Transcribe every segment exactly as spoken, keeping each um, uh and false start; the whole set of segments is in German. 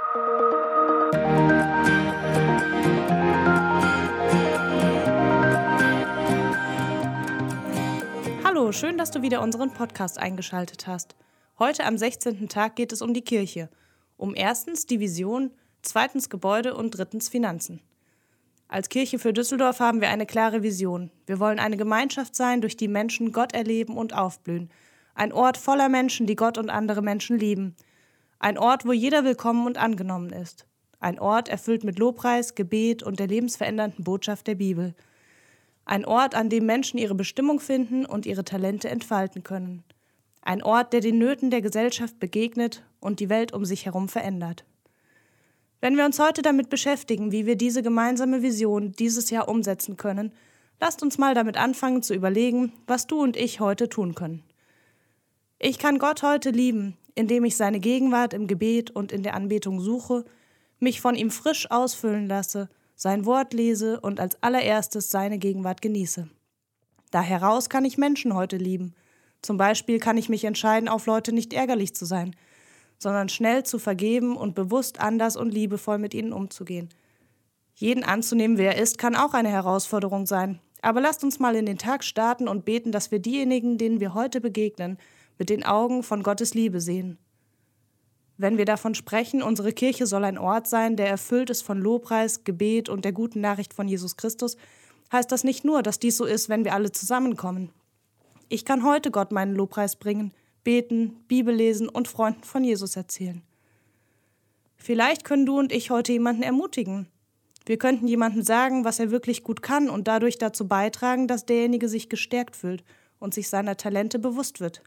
Hallo, schön, dass du wieder unseren Podcast eingeschaltet hast. Heute am sechzehnten Tag geht es um die Kirche. Um erstens die Vision, zweitens Gebäude und drittens Finanzen. Als Kirche für Düsseldorf haben wir eine klare Vision. Wir wollen eine Gemeinschaft sein, durch die Menschen Gott erleben und aufblühen. Ein Ort voller Menschen, die Gott und andere Menschen lieben. Ein Ort, wo jeder willkommen und angenommen ist. Ein Ort erfüllt mit Lobpreis, Gebet und der lebensverändernden Botschaft der Bibel. Ein Ort, an dem Menschen ihre Bestimmung finden und ihre Talente entfalten können. Ein Ort, der den Nöten der Gesellschaft begegnet und die Welt um sich herum verändert. Wenn wir uns heute damit beschäftigen, wie wir diese gemeinsame Vision dieses Jahr umsetzen können, lasst uns mal damit anfangen zu überlegen, was du und ich heute tun können. Ich kann Gott heute lieben, indem ich seine Gegenwart im Gebet und in der Anbetung suche, mich von ihm frisch ausfüllen lasse, sein Wort lese und als allererstes seine Gegenwart genieße. Da heraus kann ich Menschen heute lieben. Zum Beispiel kann ich mich entscheiden, auf Leute nicht ärgerlich zu sein, sondern schnell zu vergeben und bewusst anders und liebevoll mit ihnen umzugehen. Jeden anzunehmen, wer er ist, kann auch eine Herausforderung sein. Aber lasst uns mal in den Tag starten und beten, dass wir diejenigen, denen wir heute begegnen, mit den Augen von Gottes Liebe sehen. Wenn wir davon sprechen, unsere Kirche soll ein Ort sein, der erfüllt ist von Lobpreis, Gebet und der guten Nachricht von Jesus Christus, heißt das nicht nur, dass dies so ist, wenn wir alle zusammenkommen. Ich kann heute Gott meinen Lobpreis bringen, beten, Bibel lesen und Freunden von Jesus erzählen. Vielleicht können du und ich heute jemanden ermutigen. Wir könnten jemandem sagen, was er wirklich gut kann und dadurch dazu beitragen, dass derjenige sich gestärkt fühlt und sich seiner Talente bewusst wird.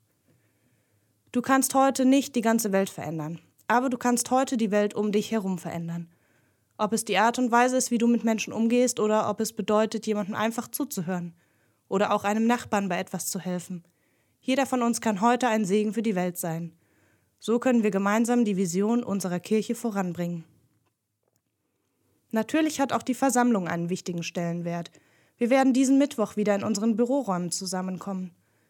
Du kannst heute nicht die ganze Welt verändern, aber du kannst heute die Welt um dich herum verändern. Ob es die Art und Weise ist, wie du mit Menschen umgehst, oder ob es bedeutet, jemandem einfach zuzuhören oder auch einem Nachbarn bei etwas zu helfen. Jeder von uns kann heute ein Segen für die Welt sein. So können wir gemeinsam die Vision unserer Kirche voranbringen. Natürlich hat auch die Versammlung einen wichtigen Stellenwert. Wir werden diesen Mittwoch wieder in unseren Büroräumen zusammenkommen.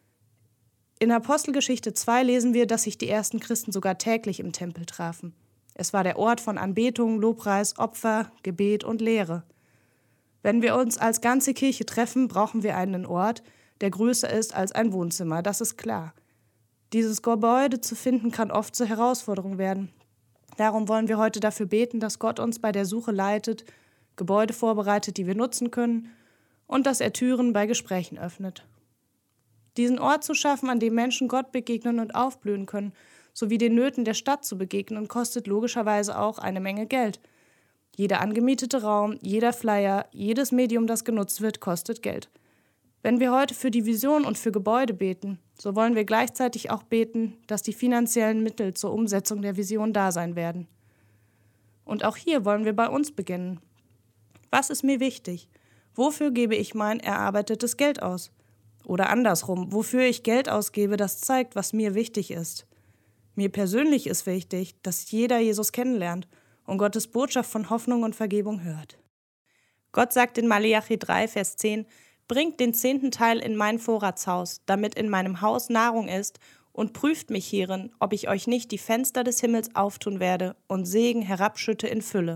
In Apostelgeschichte zwei lesen wir, dass sich die ersten Christen sogar täglich im Tempel trafen. Es war der Ort von Anbetung, Lobpreis, Opfer, Gebet und Lehre. Wenn wir uns als ganze Kirche treffen, brauchen wir einen Ort, der größer ist als ein Wohnzimmer, das ist klar. Dieses Gebäude zu finden, kann oft zur Herausforderung werden. Darum wollen wir heute dafür beten, dass Gott uns bei der Suche leitet, Gebäude vorbereitet, die wir nutzen können, und dass er Türen bei Gesprächen öffnet. Diesen Ort zu schaffen, an dem Menschen Gott begegnen und aufblühen können, sowie den Nöten der Stadt zu begegnen, kostet logischerweise auch eine Menge Geld. Jeder angemietete Raum, jeder Flyer, jedes Medium, das genutzt wird, kostet Geld. Wenn wir heute für die Vision und für Gebäude beten, so wollen wir gleichzeitig auch beten, dass die finanziellen Mittel zur Umsetzung der Vision da sein werden. Und auch hier wollen wir bei uns beginnen. Was ist mir wichtig? Wofür gebe ich mein erarbeitetes Geld aus? Oder andersrum, wofür ich Geld ausgebe, das zeigt, was mir wichtig ist. Mir persönlich ist wichtig, dass jeder Jesus kennenlernt und Gottes Botschaft von Hoffnung und Vergebung hört. Gott sagt in Maleachi drei, Vers zehn, bringt den zehnten Teil in mein Vorratshaus, damit in meinem Haus Nahrung ist, und prüft mich hierin, ob ich euch nicht die Fenster des Himmels auftun werde und Segen herabschütte in Fülle.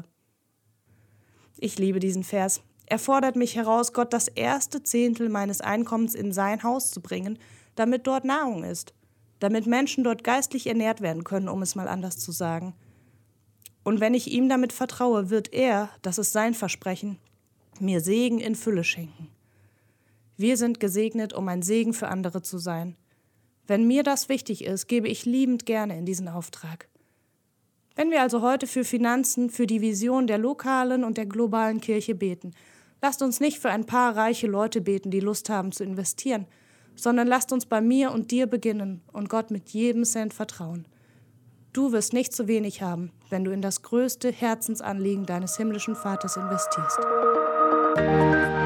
Ich liebe diesen Vers. Er fordert mich heraus, Gott das erste Zehntel meines Einkommens in sein Haus zu bringen, damit dort Nahrung ist, damit Menschen dort geistlich ernährt werden können, um es mal anders zu sagen. Und wenn ich ihm damit vertraue, wird er, das ist sein Versprechen, mir Segen in Fülle schenken. Wir sind gesegnet, um ein Segen für andere zu sein. Wenn mir das wichtig ist, gebe ich liebend gerne in diesen Auftrag. Wenn wir also heute für Finanzen, für die Vision der lokalen und der globalen Kirche beten, lasst uns nicht für ein paar reiche Leute beten, die Lust haben zu investieren, sondern lasst uns bei mir und dir beginnen und Gott mit jedem Cent vertrauen. Du wirst nicht zu wenig haben, wenn du in das größte Herzensanliegen deines himmlischen Vaters investierst.